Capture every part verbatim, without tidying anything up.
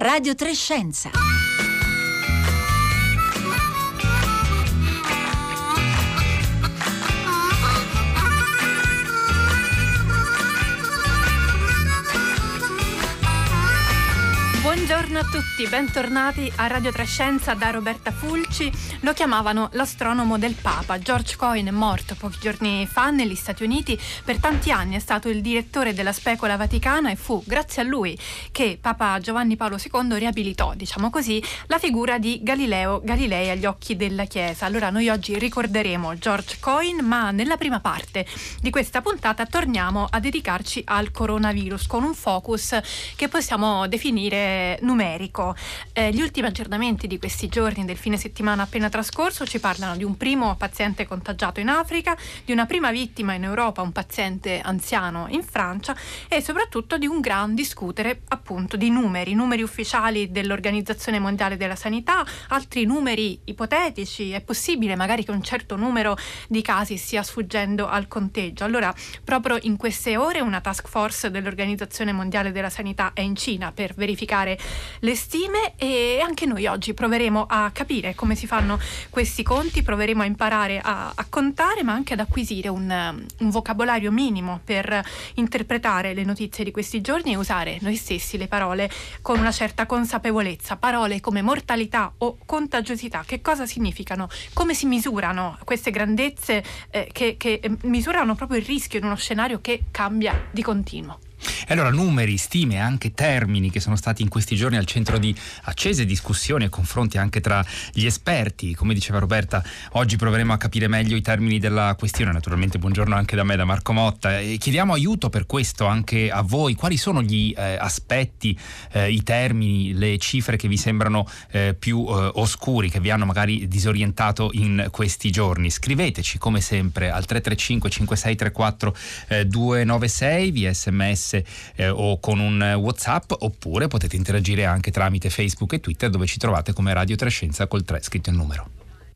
Radio tre Scienza. Buongiorno a tutti, bentornati a Radio tre Scienza da Roberta Fulci. Lo chiamavano l'astronomo del Papa. George Coyne è morto pochi giorni fa negli Stati Uniti. Per tanti anni è stato il direttore della Specola Vaticana e fu grazie a lui che Papa Giovanni Paolo secondo riabilitò, diciamo così, la figura di Galileo Galilei agli occhi della Chiesa. Allora noi oggi ricorderemo George Coyne, ma nella prima parte di questa puntata torniamo a dedicarci al coronavirus con un focus che possiamo definire numerico. Eh, gli ultimi aggiornamenti di questi giorni, del fine settimana appena trascorso, ci parlano di un primo paziente contagiato in Africa, di una prima vittima in Europa, un paziente anziano in Francia, e soprattutto di un gran discutere appunto di numeri, numeri ufficiali dell'Organizzazione Mondiale della Sanità, altri numeri ipotetici. È possibile magari che un certo numero di casi stia sfuggendo al conteggio. Allora, proprio in queste ore una task force dell'Organizzazione Mondiale della Sanità è in Cina per verificare le stime, e anche noi oggi proveremo a capire come si fanno questi conti, proveremo a imparare a, a contare, ma anche ad acquisire un, un vocabolario minimo per interpretare le notizie di questi giorni e usare noi stessi le parole con una certa consapevolezza. Parole come mortalità o contagiosità, che cosa significano? Come si misurano queste grandezze eh, che, che misurano proprio il rischio in uno scenario che cambia di continuo? E allora numeri, stime, anche termini che sono stati in questi giorni al centro di accese discussioni e confronti anche tra gli esperti. Come diceva Roberta, oggi proveremo a capire meglio i termini della questione. Naturalmente buongiorno anche da me, da Marco Motta, e chiediamo aiuto per questo anche a voi. Quali sono gli eh, aspetti, eh, i termini, le cifre che vi sembrano eh, più eh, oscuri, che vi hanno magari disorientato in questi giorni? Scriveteci come sempre al tre tre cinque cinque sei tre quattro due nove sei via sms Eh, o con un WhatsApp, oppure potete interagire anche tramite Facebook e Twitter, dove ci trovate come Radio tre Scienza col tre scritto in numero.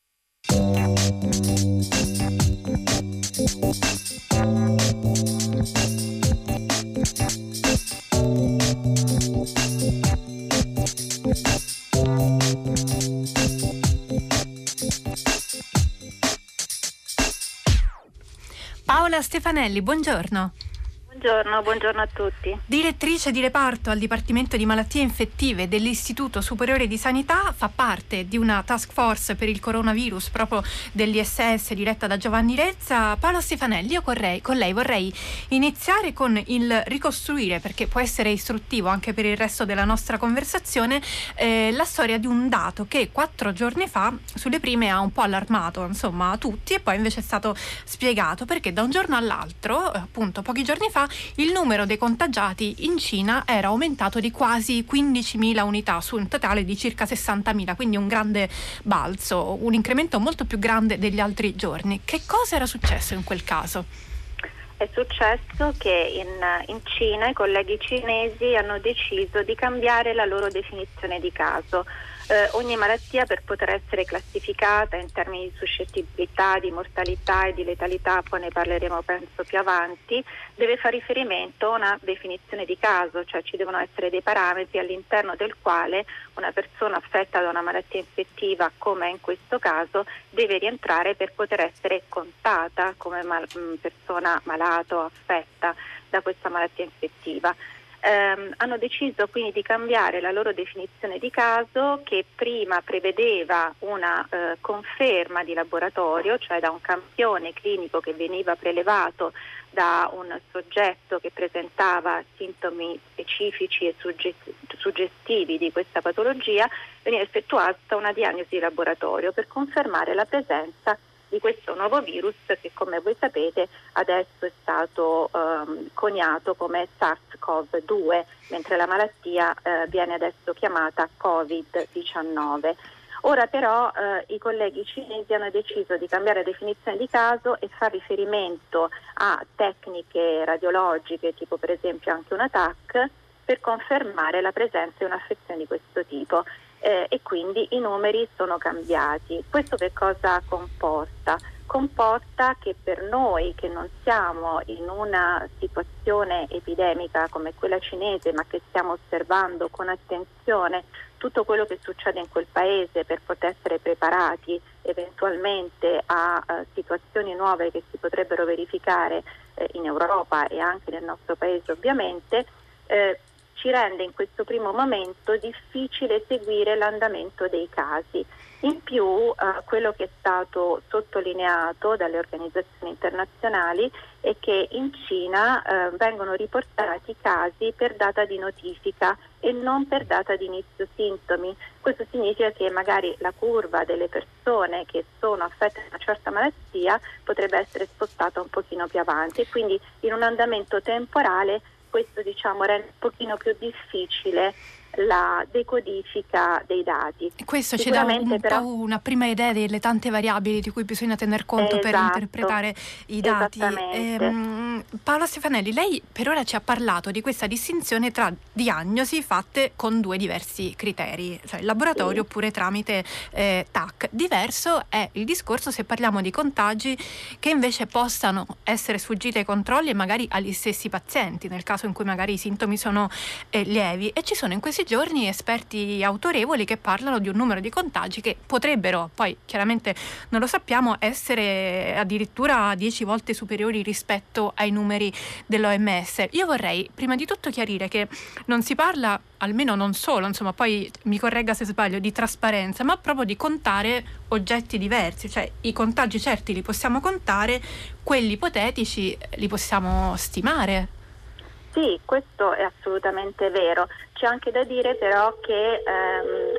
Paola Stefanelli, buongiorno. Buongiorno, buongiorno a tutti. Direttrice di reparto al Dipartimento di Malattie Infettive dell'Istituto Superiore di Sanità, fa parte di una task force per il coronavirus proprio dell'I S S diretta da Giovanni Rezza. Paola Stefanelli, io con lei, con lei vorrei iniziare con il ricostruire, perché può essere istruttivo anche per il resto della nostra conversazione, eh, la storia di un dato che quattro giorni fa sulle prime ha un po' allarmato insomma tutti, e poi invece è stato spiegato perché da un giorno all'altro, appunto pochi giorni fa, il numero dei contagiati in Cina era aumentato di quasi quindicimila unità su un totale di circa sessantamila, quindi un grande balzo, un incremento molto più grande degli altri giorni. Che cosa era successo in quel caso? È successo che in, in Cina i colleghi cinesi hanno deciso di cambiare la loro definizione di caso. Eh, ogni malattia, per poter essere classificata in termini di suscettibilità, di mortalità e di letalità, poi ne parleremo penso più avanti, deve fare riferimento a una definizione di caso, cioè ci devono essere dei parametri all'interno del quale una persona affetta da una malattia infettiva, come in questo caso, deve rientrare per poter essere contata come mal- persona malata o affetta da questa malattia infettiva. Um, hanno deciso quindi di cambiare la loro definizione di caso, che prima prevedeva una uh, conferma di laboratorio, cioè da un campione clinico che veniva prelevato da un soggetto che presentava sintomi specifici e sugge- suggestivi di questa patologia, veniva effettuata una diagnosi di laboratorio per confermare la presenza di questo nuovo virus, che come voi sapete adesso è stato um, coniato come SARS-CoV due, mentre la malattia uh, viene adesso chiamata covid diciannove. Ora però eh, i colleghi cinesi hanno deciso di cambiare definizione di caso e far riferimento a tecniche radiologiche, tipo per esempio anche una T A C, per confermare la presenza di un'affezione di questo tipo. Eh, e quindi i numeri sono cambiati. Questo che cosa comporta? comporta che per noi che non siamo in una situazione epidemica come quella cinese, ma che stiamo osservando con attenzione tutto quello che succede in quel paese per poter essere preparati eventualmente a uh, situazioni nuove che si potrebbero verificare eh, in Europa e anche nel nostro paese ovviamente, eh, ci rende in questo primo momento difficile seguire l'andamento dei casi. In più, eh, quello che è stato sottolineato dalle organizzazioni internazionali è che in Cina eh, vengono riportati casi per data di notifica e non per data di inizio sintomi. Questo significa che magari la curva delle persone che sono affette da una certa malattia potrebbe essere spostata un pochino più avanti, e quindi in un andamento temporale questo diciamo rende un pochino più difficile la decodifica dei dati. Questo ci dà un però... po' una prima idea delle tante variabili di cui bisogna tener conto esatto, per interpretare i dati. Ehm, Paola Stefanelli, lei per ora ci ha parlato di questa distinzione tra diagnosi fatte con due diversi criteri, cioè il laboratorio, sì, oppure tramite eh, T A C. Diverso è il discorso se parliamo di contagi che invece possano essere sfuggiti ai controlli e magari agli stessi pazienti, nel caso in cui magari i sintomi sono eh, lievi, e ci sono in questi giorni esperti autorevoli che parlano di un numero di contagi che potrebbero, poi chiaramente non lo sappiamo, essere addirittura dieci volte superiori rispetto ai numeri dell'O M S. Io vorrei prima di tutto chiarire che non si parla, almeno non solo, insomma, poi mi corregga se sbaglio, di trasparenza, ma proprio di contare oggetti diversi, cioè i contagi certi li possiamo contare, quelli ipotetici li possiamo stimare. Sì, questo è assolutamente vero. C'è anche da dire però che ehm,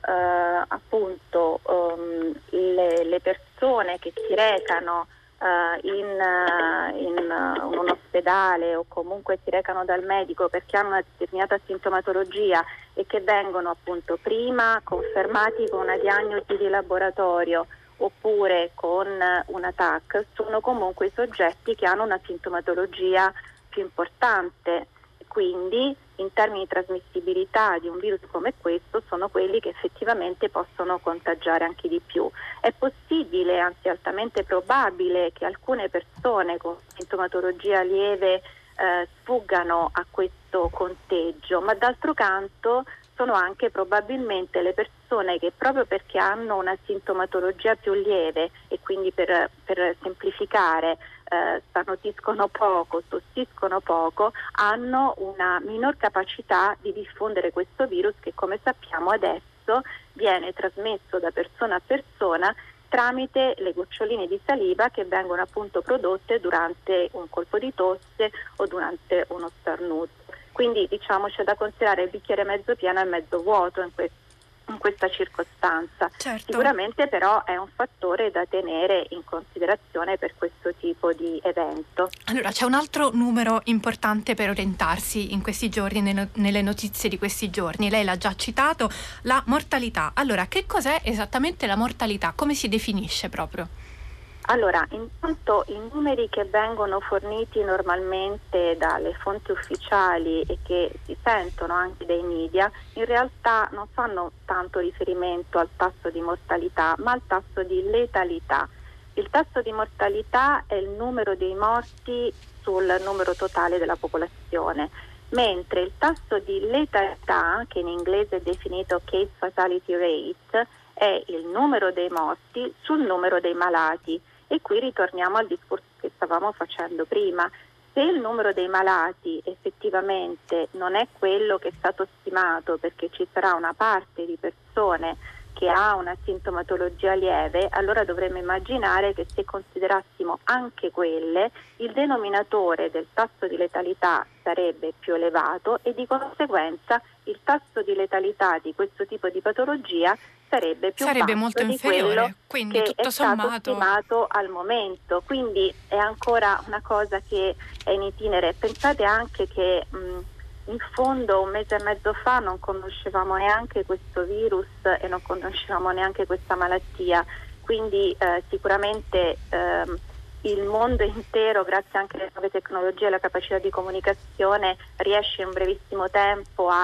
eh, appunto um, le, le persone che si recano uh, in, uh, in uh, un ospedale o comunque si recano dal medico perché hanno una determinata sintomatologia e che vengono appunto prima confermati con una diagnosi di laboratorio oppure con una T A C, sono comunque i soggetti che hanno una sintomatologia più importante, quindi in termini di trasmissibilità di un virus come questo sono quelli che effettivamente possono contagiare anche di più. È possibile, anzi altamente probabile, che alcune persone con sintomatologia lieve eh, sfuggano a questo conteggio, ma d'altro canto sono anche probabilmente le persone che proprio perché hanno una sintomatologia più lieve e quindi per, per semplificare eh, starnutiscono poco, tossiscono poco, hanno una minor capacità di diffondere questo virus che, come sappiamo adesso, viene trasmesso da persona a persona tramite le goccioline di saliva che vengono appunto prodotte durante un colpo di tosse o durante uno starnuto. Quindi diciamo c'è da considerare il bicchiere mezzo pieno e mezzo vuoto in, que- in questa circostanza. Certo. Sicuramente però è un fattore da tenere in considerazione per questo tipo di evento. Allora c'è un altro numero importante per orientarsi in questi giorni, nelle, nelle notizie di questi giorni. Lei l'ha già citato, la mortalità. Allora, che cos'è esattamente la mortalità? Come si definisce proprio? Allora, intanto i numeri che vengono forniti normalmente dalle fonti ufficiali e che si sentono anche dai media, in realtà non fanno tanto riferimento al tasso di mortalità, ma al tasso di letalità. Il tasso di mortalità è il numero dei morti sul numero totale della popolazione, mentre il tasso di letalità, che in inglese è definito case fatality rate, è il numero dei morti sul numero dei malati. E qui ritorniamo al discorso che stavamo facendo prima. Se il numero dei malati effettivamente non è quello che è stato stimato, perché ci sarà una parte di persone che ha una sintomatologia lieve, allora dovremmo immaginare che se considerassimo anche quelle, il denominatore del tasso di letalità sarebbe più elevato e di conseguenza il tasso di letalità di questo tipo di patologia sarebbe più sarebbe basso molto di inferiore, quello quindi che tutto è stato sommato stimato al momento. Quindi è ancora una cosa che è in itinere. Pensate anche che mh, in fondo un mese e mezzo fa non conoscevamo neanche questo virus e non conoscevamo neanche questa malattia, quindi eh, sicuramente eh, il mondo intero, grazie anche alle nuove tecnologie e alla capacità di comunicazione, riesce in brevissimo tempo a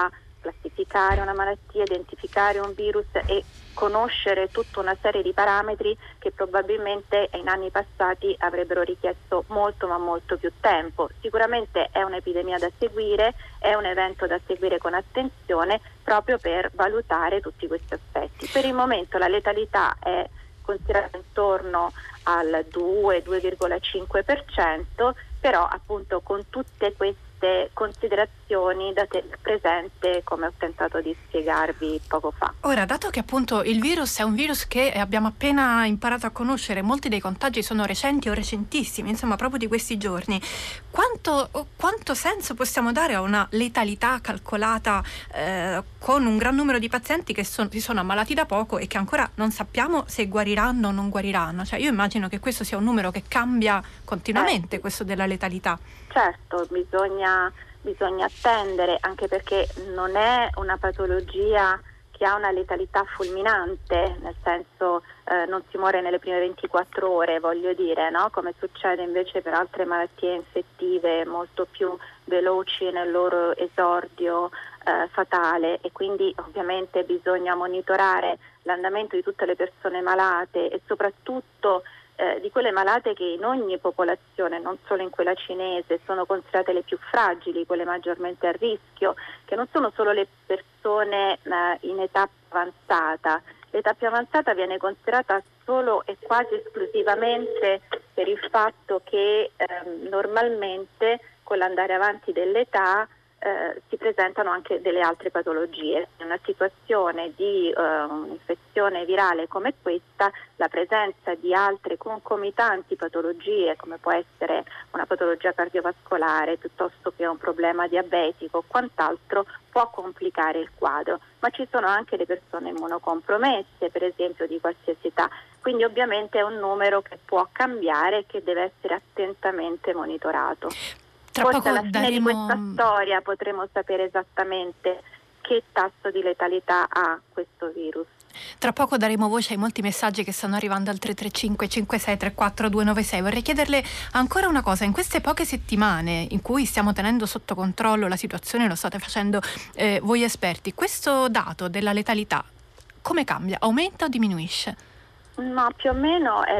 classificare una malattia, identificare un virus e conoscere tutta una serie di parametri che probabilmente in anni passati avrebbero richiesto molto ma molto più tempo. Sicuramente è un'epidemia da seguire, è un evento da seguire con attenzione proprio per valutare tutti questi aspetti. Per il momento la letalità è considerata intorno al due due virgola cinque per cento, però appunto con tutte queste considerazioni da tenere presente, come ho tentato di spiegarvi poco fa. Ora, dato che appunto il virus è un virus che abbiamo appena imparato a conoscere, molti dei contagi sono recenti o recentissimi, insomma proprio di questi giorni, quanto, quanto senso possiamo dare a una letalità calcolata eh, con un gran numero di pazienti che son, si sono ammalati da poco e che ancora non sappiamo se guariranno o non guariranno? Cioè io immagino che questo sia un numero che cambia continuamente, eh, questo della letalità. Certo, bisogna, bisogna attendere, anche perché non è una patologia che ha una letalità fulminante, nel senso eh, non si muore nelle prime ventiquattro ore, voglio dire, no? Come succede invece per altre malattie infettive molto più veloci nel loro esordio eh, fatale, e quindi ovviamente bisogna monitorare l'andamento di tutte le persone malate e soprattutto Eh, di quelle malate che in ogni popolazione, non solo in quella cinese, sono considerate le più fragili, quelle maggiormente a rischio, che non sono solo le persone eh, in età avanzata. L'età più avanzata viene considerata solo e quasi esclusivamente per il fatto che eh, normalmente con l'andare avanti dell'età Eh, si presentano anche delle altre patologie. In una situazione di eh, un'infezione virale come questa, la presenza di altre concomitanti patologie, come può essere una patologia cardiovascolare piuttosto che un problema diabetico o quant'altro, può complicare il quadro. Ma ci sono anche le persone immunocompromesse, per esempio di qualsiasi età. Quindi ovviamente è un numero che può cambiare e che deve essere attentamente monitorato. Tra Forse alla fine daremo... di questa storia potremo sapere esattamente che tasso di letalità ha questo virus. Tra poco daremo voce ai molti messaggi che stanno arrivando al tre tre cinque cinque sei tre quattro due nove sei. Vorrei chiederle ancora una cosa: in queste poche settimane in cui stiamo tenendo sotto controllo la situazione, lo state facendo eh, voi esperti, questo dato della letalità come cambia? Aumenta o diminuisce? No, più o meno è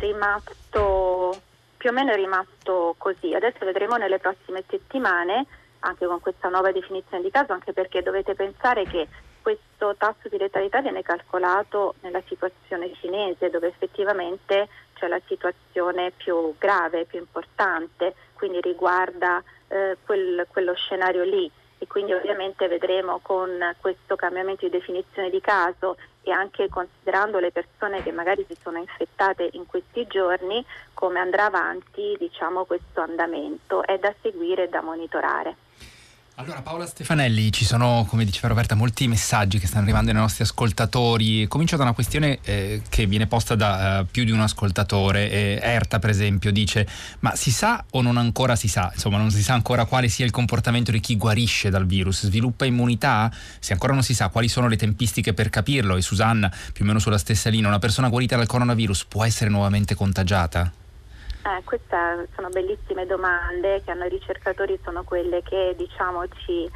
rimasto più o meno è rimasto così. Adesso vedremo nelle prossime settimane, anche con questa nuova definizione di caso, anche perché dovete pensare che questo tasso di letalità viene calcolato nella situazione cinese, dove effettivamente c'è la situazione più grave, più importante, quindi riguarda eh, quel, quello scenario lì, e quindi ovviamente vedremo con questo cambiamento di definizione di caso e anche considerando le persone che magari si sono infettate in questi giorni, come andrà avanti, diciamo, questo andamento. È da seguire e da monitorare. Allora, Paola Stefanelli, ci sono, come diceva Roberta, molti messaggi che stanno arrivando ai nostri ascoltatori. Comincio da una questione eh, che viene posta da uh, più di un ascoltatore. eh, Erta, per esempio, dice: ma si sa o non ancora si sa? Insomma, non si sa ancora quale sia il comportamento di chi guarisce dal virus. Sviluppa immunità? Se ancora non si sa, quali sono le tempistiche per capirlo? E Susanna, più o meno sulla stessa linea: una persona guarita dal coronavirus può essere nuovamente contagiata? Eh, queste sono bellissime domande che hanno i ricercatori, sono quelle che diciamo ci,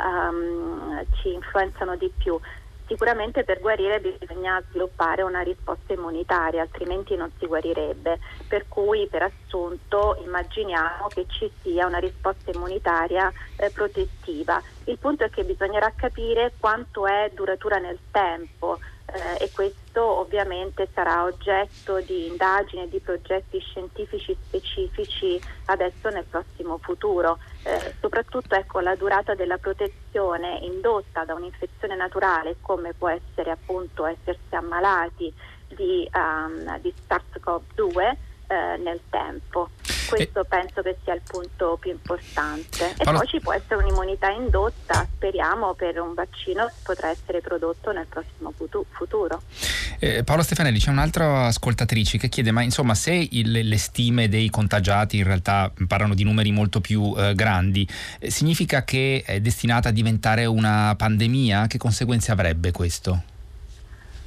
um, ci influenzano di più. Sicuramente per guarire bisogna sviluppare una risposta immunitaria, altrimenti non si guarirebbe, per cui per assunto immaginiamo che ci sia una risposta immunitaria eh, protettiva. Il punto è che bisognerà capire quanto è duratura nel tempo. Eh, e questo ovviamente sarà oggetto di indagini e di progetti scientifici specifici adesso nel prossimo futuro. Eh, soprattutto ecco, la durata della protezione indotta da un'infezione naturale, come può essere appunto essersi ammalati di, um, di SARS-CoV due eh, nel tempo. Questo penso che sia il punto più importante. E Paolo... poi ci può essere un'immunità indotta, speriamo, per un vaccino che potrà essere prodotto nel prossimo futuro. Eh, Paola Stefanelli, c'è un'altra ascoltatrice che chiede: ma insomma, se il, le stime dei contagiati in realtà parlano di numeri molto più eh, grandi, eh, significa che è destinata a diventare una pandemia? Che conseguenze avrebbe questo?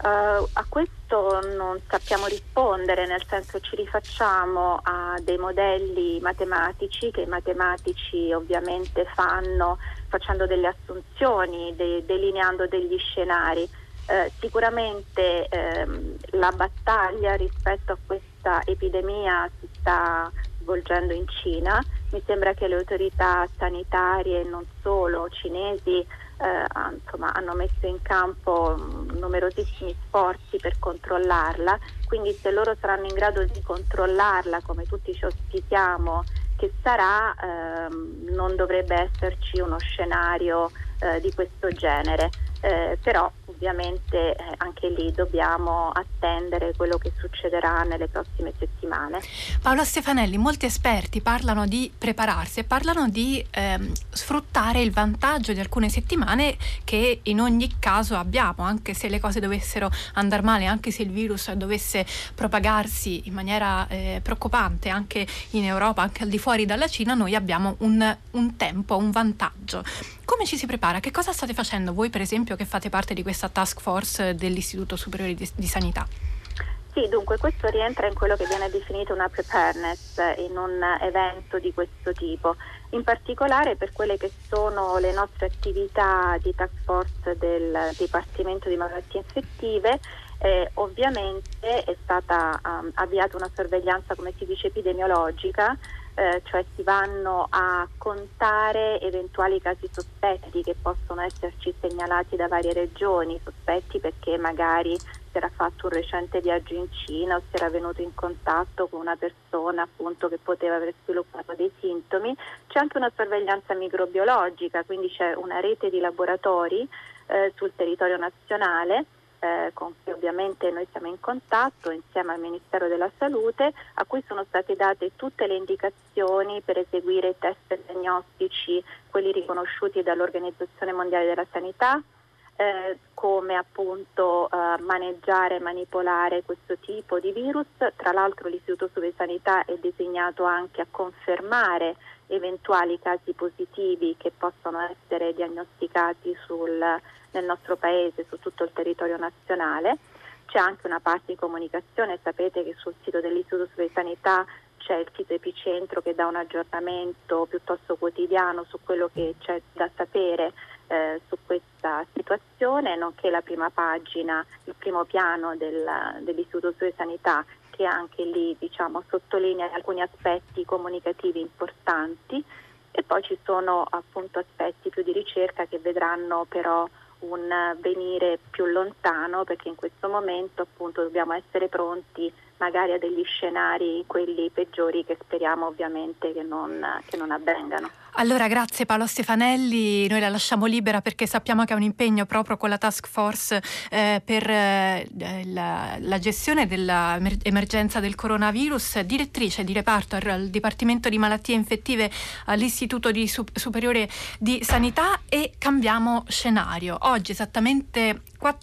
Uh, a questo non sappiamo rispondere, nel senso ci rifacciamo a dei modelli matematici che i matematici ovviamente fanno facendo delle assunzioni, de- delineando degli scenari. Uh, sicuramente ehm, la battaglia rispetto a questa epidemia si sta svolgendo in Cina. Mi sembra che le autorità sanitarie, non solo cinesi, Eh, insomma, hanno messo in campo mh, numerosissimi sforzi per controllarla, quindi se loro saranno in grado di controllarla come tutti ci auspichiamo che sarà, ehm, non dovrebbe esserci uno scenario eh, di questo genere, eh, però ovviamente eh, anche lì dobbiamo attendere quello che succederà nelle prossime settimane. Paola Stefanelli, molti esperti parlano di prepararsi e parlano di ehm, sfruttare il vantaggio di alcune settimane che in ogni caso abbiamo, anche se le cose dovessero andare male, anche se il virus dovesse propagarsi in maniera eh, preoccupante anche in Europa, anche al di fuori dalla Cina, noi abbiamo un, un tempo, un vantaggio. Come ci si prepara? Che cosa state facendo voi, per esempio, che fate parte di questa task force dell'Istituto Superiore di, di Sanità? Sì, dunque questo rientra in quello che viene definito una preparedness in un evento di questo tipo, in particolare per quelle che sono le nostre attività di task force del Dipartimento di Malattie Infettive. Eh, ovviamente è stata um, avviata una sorveglianza, come si dice, epidemiologica, eh, cioè si vanno a contare eventuali casi sospetti che possono esserci segnalati da varie regioni, sospetti perché magari si era fatto un recente viaggio in Cina o si era venuto in contatto con una persona appunto che poteva aver sviluppato dei sintomi. C'è anche una sorveglianza microbiologica, quindi c'è una rete di laboratori eh, sul territorio nazionale eh, con cui ovviamente noi siamo in contatto insieme al Ministero della Salute, a cui sono state date tutte le indicazioni per eseguire i test diagnostici, quelli riconosciuti dall'Organizzazione Mondiale della Sanità, Eh, come appunto eh, maneggiare e manipolare questo tipo di virus. Tra l'altro l'Istituto Superiore di Sanità è designato anche a confermare eventuali casi positivi che possono essere diagnosticati sul, nel nostro paese, su tutto il territorio nazionale. C'è anche una parte di comunicazione, sapete che sul sito dell'Istituto Superiore di Sanità c'è il sito Epicentro che dà un aggiornamento piuttosto quotidiano su quello che c'è da sapere eh, su questa situazione, nonché la prima pagina, il primo piano del, dell'Istituto Superiore di Sanità, che anche lì diciamo sottolinea alcuni aspetti comunicativi importanti, e poi ci sono appunto aspetti più di ricerca che vedranno però un venire più lontano, perché in questo momento appunto dobbiamo essere pronti magari a degli scenari, quelli peggiori, che speriamo ovviamente che non, che non avvengano. Allora grazie Paola Stefanelli, noi la lasciamo libera perché sappiamo che ha un impegno proprio con la task force eh, per eh, la, la gestione dell'emergenza del coronavirus, direttrice di reparto al Dipartimento di Malattie Infettive all'Istituto di Superiore di Sanità. E cambiamo scenario. Oggi esattamente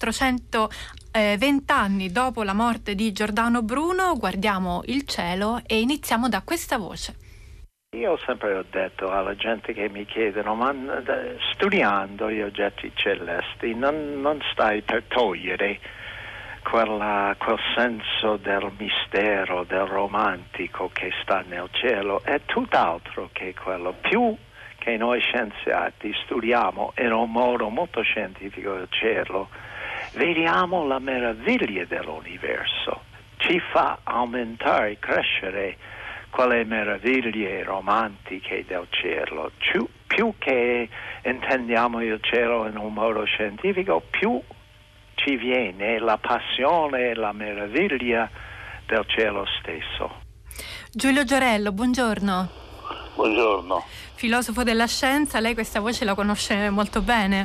quattrocentoventi anni dopo la morte di Giordano Bruno, guardiamo il cielo e iniziamo da questa voce. Io sempre ho detto alla gente che mi chiedono, ma studiando gli oggetti celesti non, non stai per togliere quella, quel senso del mistero, del romantico che sta nel cielo? È tutt'altro che quello. Più che noi scienziati studiamo in un modo molto scientifico il cielo, vediamo la meraviglia dell'universo, ci fa aumentare, crescere quelle meraviglie romantiche del cielo. Più, più che intendiamo il cielo in un modo scientifico, più ci viene la passione e la meraviglia del cielo stesso. Giulio Giorello, buongiorno. Buongiorno. Filosofo della scienza, lei questa voce la conosce molto bene.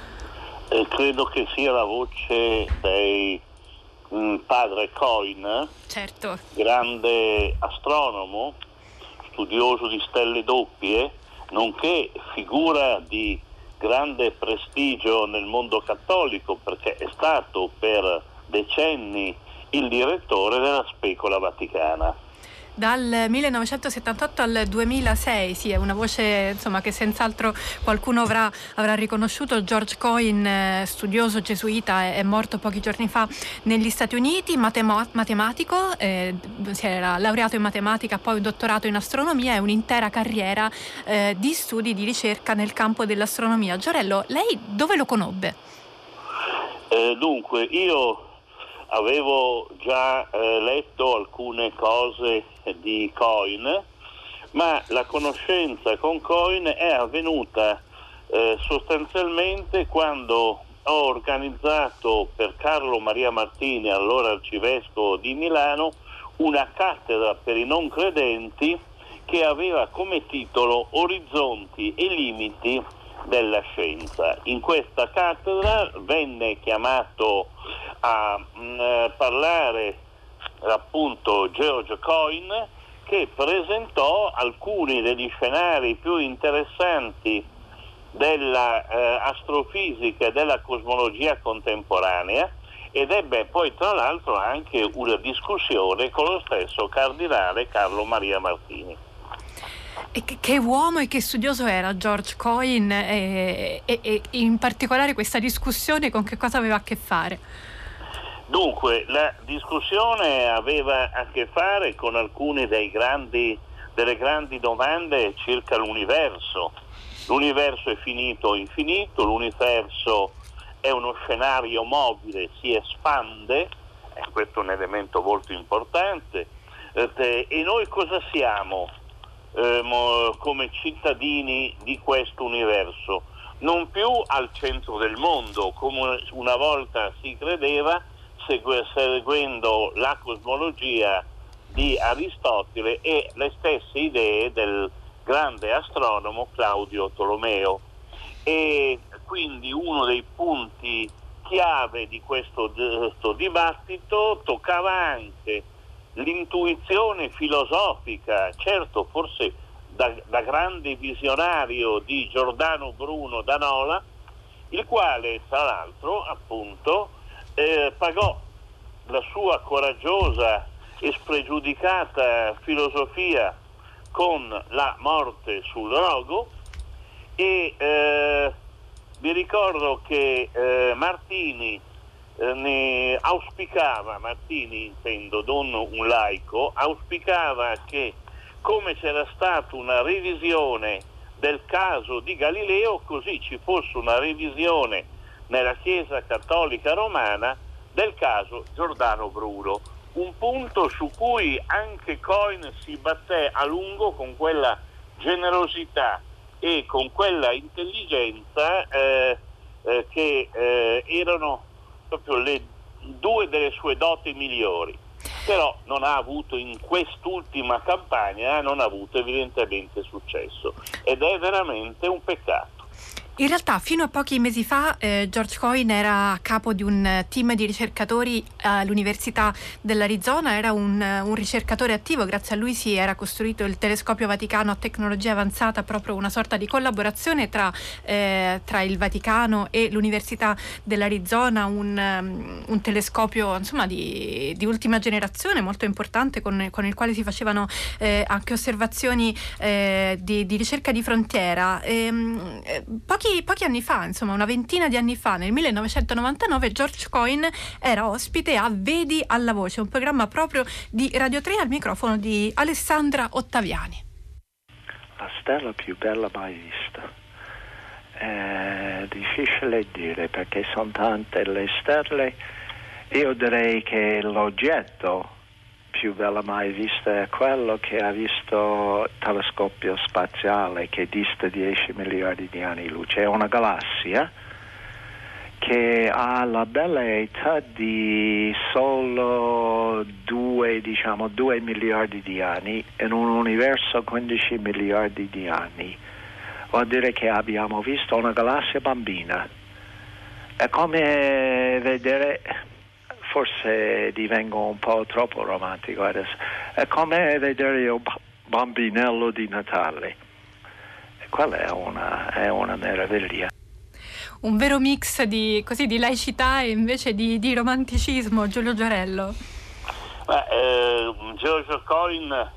E credo che sia la voce dei mh, padre Coyne, certo, grande astronomo, studioso di stelle doppie, nonché figura di grande prestigio nel mondo cattolico, perché è stato per decenni il direttore della Specola Vaticana. Dal millenovecentosettantotto al duemilasei, sì, è una voce insomma che senz'altro qualcuno avrà, avrà riconosciuto. George Coyne, studioso gesuita, è, è morto pochi giorni fa negli Stati Uniti, matema- matematico, eh, si era laureato in matematica, poi un dottorato in astronomia e un'intera carriera eh, di studi, di ricerca nel campo dell'astronomia. Giorello, lei dove lo conobbe? Eh, dunque, io avevo già eh, letto alcune cose di Coyne, ma la conoscenza con Coyne è avvenuta eh, sostanzialmente quando ho organizzato per Carlo Maria Martini, allora arcivescovo di Milano, una cattedra per i non credenti che aveva come titolo Orizzonti e limiti della scienza. In questa cattedra venne chiamato a mh, parlare appunto George Coyne, che presentò alcuni degli scenari più interessanti della eh, astrofisica e della cosmologia contemporanea, ed ebbe poi tra l'altro anche una discussione con lo stesso cardinale Carlo Maria Martini. E che, che uomo e che studioso era George Coyne, e, e, e in particolare questa discussione con che cosa aveva a che fare? Dunque, la discussione aveva a che fare con alcune dei grandi, delle grandi domande circa l'universo. L'universo è finito o infinito, l'universo è uno scenario mobile, si espande, e questo è un elemento molto importante, eh, e noi cosa siamo eh, mo, come cittadini di questo universo? Non più al centro del mondo, come una volta si credeva, seguendo la cosmologia di Aristotele e le stesse idee del grande astronomo Claudio Tolomeo. E quindi uno dei punti chiave di questo, questo dibattito toccava anche l'intuizione filosofica, certo forse da, da grande visionario, di Giordano Bruno da Nola, il quale tra l'altro appunto Eh, pagò la sua coraggiosa e spregiudicata filosofia con la morte sul rogo, e eh, mi ricordo che eh, Martini eh, ne auspicava, Martini intendo, non un laico, auspicava che come c'era stata una revisione del caso di Galileo, così ci fosse una revisione nella Chiesa Cattolica Romana del caso Giordano Bruno, un punto su cui anche Coyne si batté a lungo con quella generosità e con quella intelligenza eh, eh, che eh, erano proprio le due delle sue doti migliori. Però non ha avuto in quest'ultima campagna, non ha avuto evidentemente successo, ed è veramente un peccato. In realtà fino a pochi mesi fa eh, George Coyne era a capo di un team di ricercatori all'Università dell'Arizona, era un, un ricercatore attivo. Grazie a lui si era costruito il telescopio Vaticano a tecnologia avanzata, proprio una sorta di collaborazione tra, eh, tra il Vaticano e l'Università dell'Arizona, un, um, un telescopio insomma di, di ultima generazione molto importante, con, con il quale si facevano eh, anche osservazioni eh, di, di ricerca di frontiera. E, eh, pochi Pochi anni fa, insomma una ventina di anni fa, nel millenovecentonovantanove, George Coyne era ospite a Vedi alla Voce, un programma proprio di Radio tre, al microfono di Alessandra Ottaviani. La stella più bella mai vista. È difficile dire perché sono tante le stelle. Io direi che l'oggetto più bella mai vista è quello che ha visto il telescopio spaziale, che dista dieci miliardi di anni luce. È una galassia che ha la bellezza di solo due, diciamo, due miliardi di anni in un universo quindici miliardi di anni. Vuol dire che abbiamo visto una galassia bambina. È come vedere, forse divengo un po' troppo romantico adesso, è come vedere il bambinello di Natale. E quella è una, è una meraviglia. Un vero mix di, così, di laicità e invece di, di romanticismo, Giulio Giorello. Beh, eh, George Coyne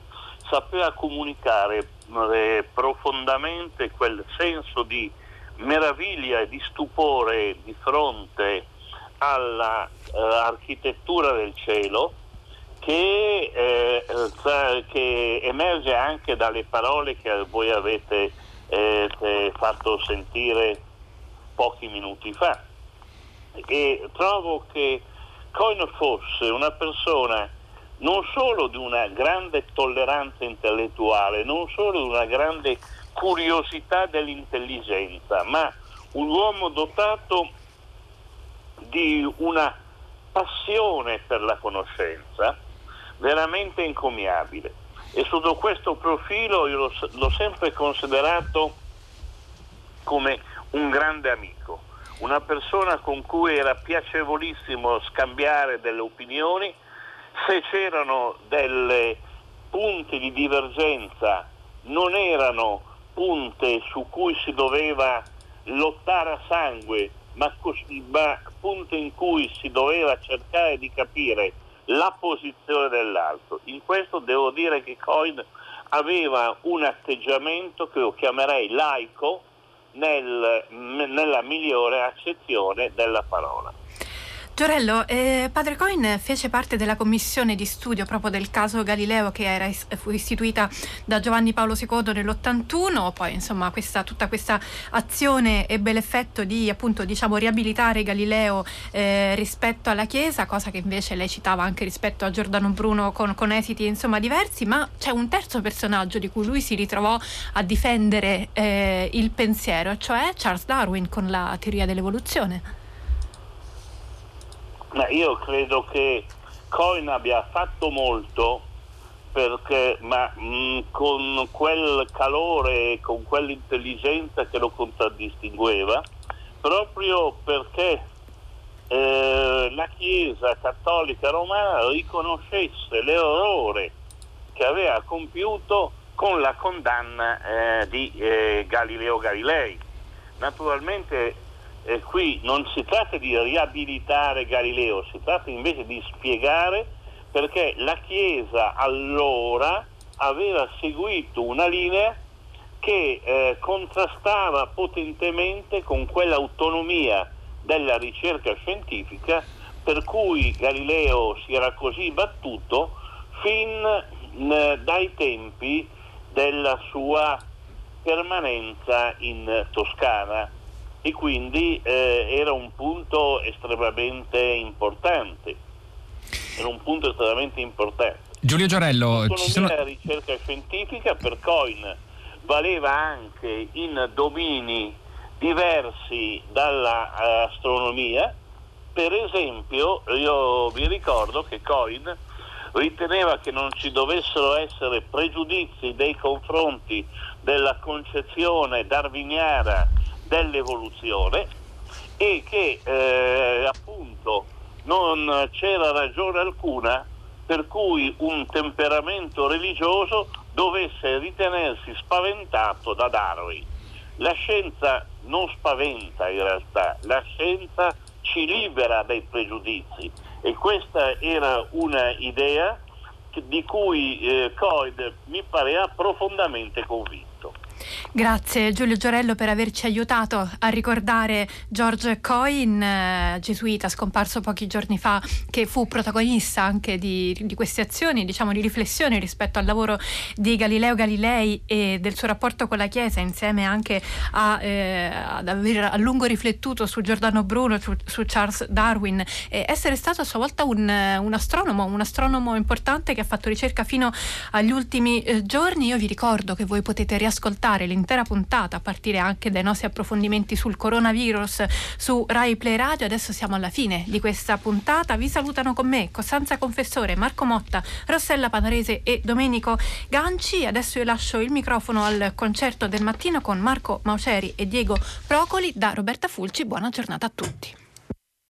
sapeva comunicare eh, profondamente quel senso di meraviglia e di stupore di fronte alla eh, architettura del cielo che, eh, tra, che emerge anche dalle parole che voi avete eh, fatto sentire pochi minuti fa. E trovo che Coyne fosse una persona non solo di una grande tolleranza intellettuale, non solo di una grande curiosità dell'intelligenza, ma un uomo dotato di una passione per la conoscenza veramente encomiabile. E sotto questo profilo io l'ho, l'ho sempre considerato come un grande amico, una persona con cui era piacevolissimo scambiare delle opinioni. Se c'erano delle punti di divergenza non erano punte su cui si doveva lottare a sangue, ma, ma punte in cui si doveva cercare di capire la posizione dell'altro. In questo devo dire che Coyne aveva un atteggiamento che io chiamerei laico nel, nella migliore accezione della parola. Giorello, eh, padre Coyne fece parte della commissione di studio proprio del caso Galileo che era, fu istituita da Giovanni Paolo secondo nell'ottantuno, poi insomma questa, tutta questa azione ebbe l'effetto di appunto diciamo riabilitare Galileo eh, rispetto alla Chiesa, cosa che invece lei citava anche rispetto a Giordano Bruno con, con esiti insomma diversi, ma c'è un terzo personaggio di cui lui si ritrovò a difendere eh, il pensiero, cioè Charles Darwin con la teoria dell'evoluzione. Ma io credo che Coyne abbia fatto molto, perché, ma mh, con quel calore, con quell'intelligenza che lo contraddistingueva, proprio perché eh, la Chiesa cattolica romana riconoscesse l'errore che aveva compiuto con la condanna eh, di eh, Galileo Galilei. Naturalmente E qui non si tratta di riabilitare Galileo, si tratta invece di spiegare perché la Chiesa allora aveva seguito una linea che eh, contrastava potentemente con quell'autonomia della ricerca scientifica per cui Galileo si era così battuto fin eh, dai tempi della sua permanenza in Toscana. E quindi eh, era un punto estremamente importante. Era un punto estremamente importante. Giulio Giorello, ci sono... la ricerca scientifica per Coyne valeva anche in domini diversi dall'astronomia. Per esempio, io vi ricordo che Coyne riteneva che non ci dovessero essere pregiudizi nei confronti della concezione darwiniana dell'evoluzione e che eh, appunto non c'era ragione alcuna per cui un temperamento religioso dovesse ritenersi spaventato da Darwin. La scienza non spaventa in realtà, la scienza ci libera dai pregiudizi e questa era una idea di cui eh, Coyne mi pareva profondamente convinto. Grazie Giulio Giorello per averci aiutato a ricordare George Coyne, eh, gesuita scomparso pochi giorni fa, che fu protagonista anche di, di queste azioni, diciamo di riflessione rispetto al lavoro di Galileo Galilei e del suo rapporto con la Chiesa, insieme anche a, eh, ad aver a lungo riflettuto su Giordano Bruno, su, su Charles Darwin, e essere stato a sua volta un, un astronomo, un astronomo importante che ha fatto ricerca fino agli ultimi eh, giorni. Io vi ricordo che voi potete riascoltare l'intera puntata a partire anche dai nostri approfondimenti sul coronavirus su Rai Play Radio. Adesso siamo alla fine di questa puntata. Vi salutano con me Costanza Confessore, Marco Motta, Rossella Panarese e Domenico Ganci. Adesso io lascio il microfono al concerto del mattino con Marco Mauceri e Diego Procoli. Da Roberta Fulci, buona giornata a tutti.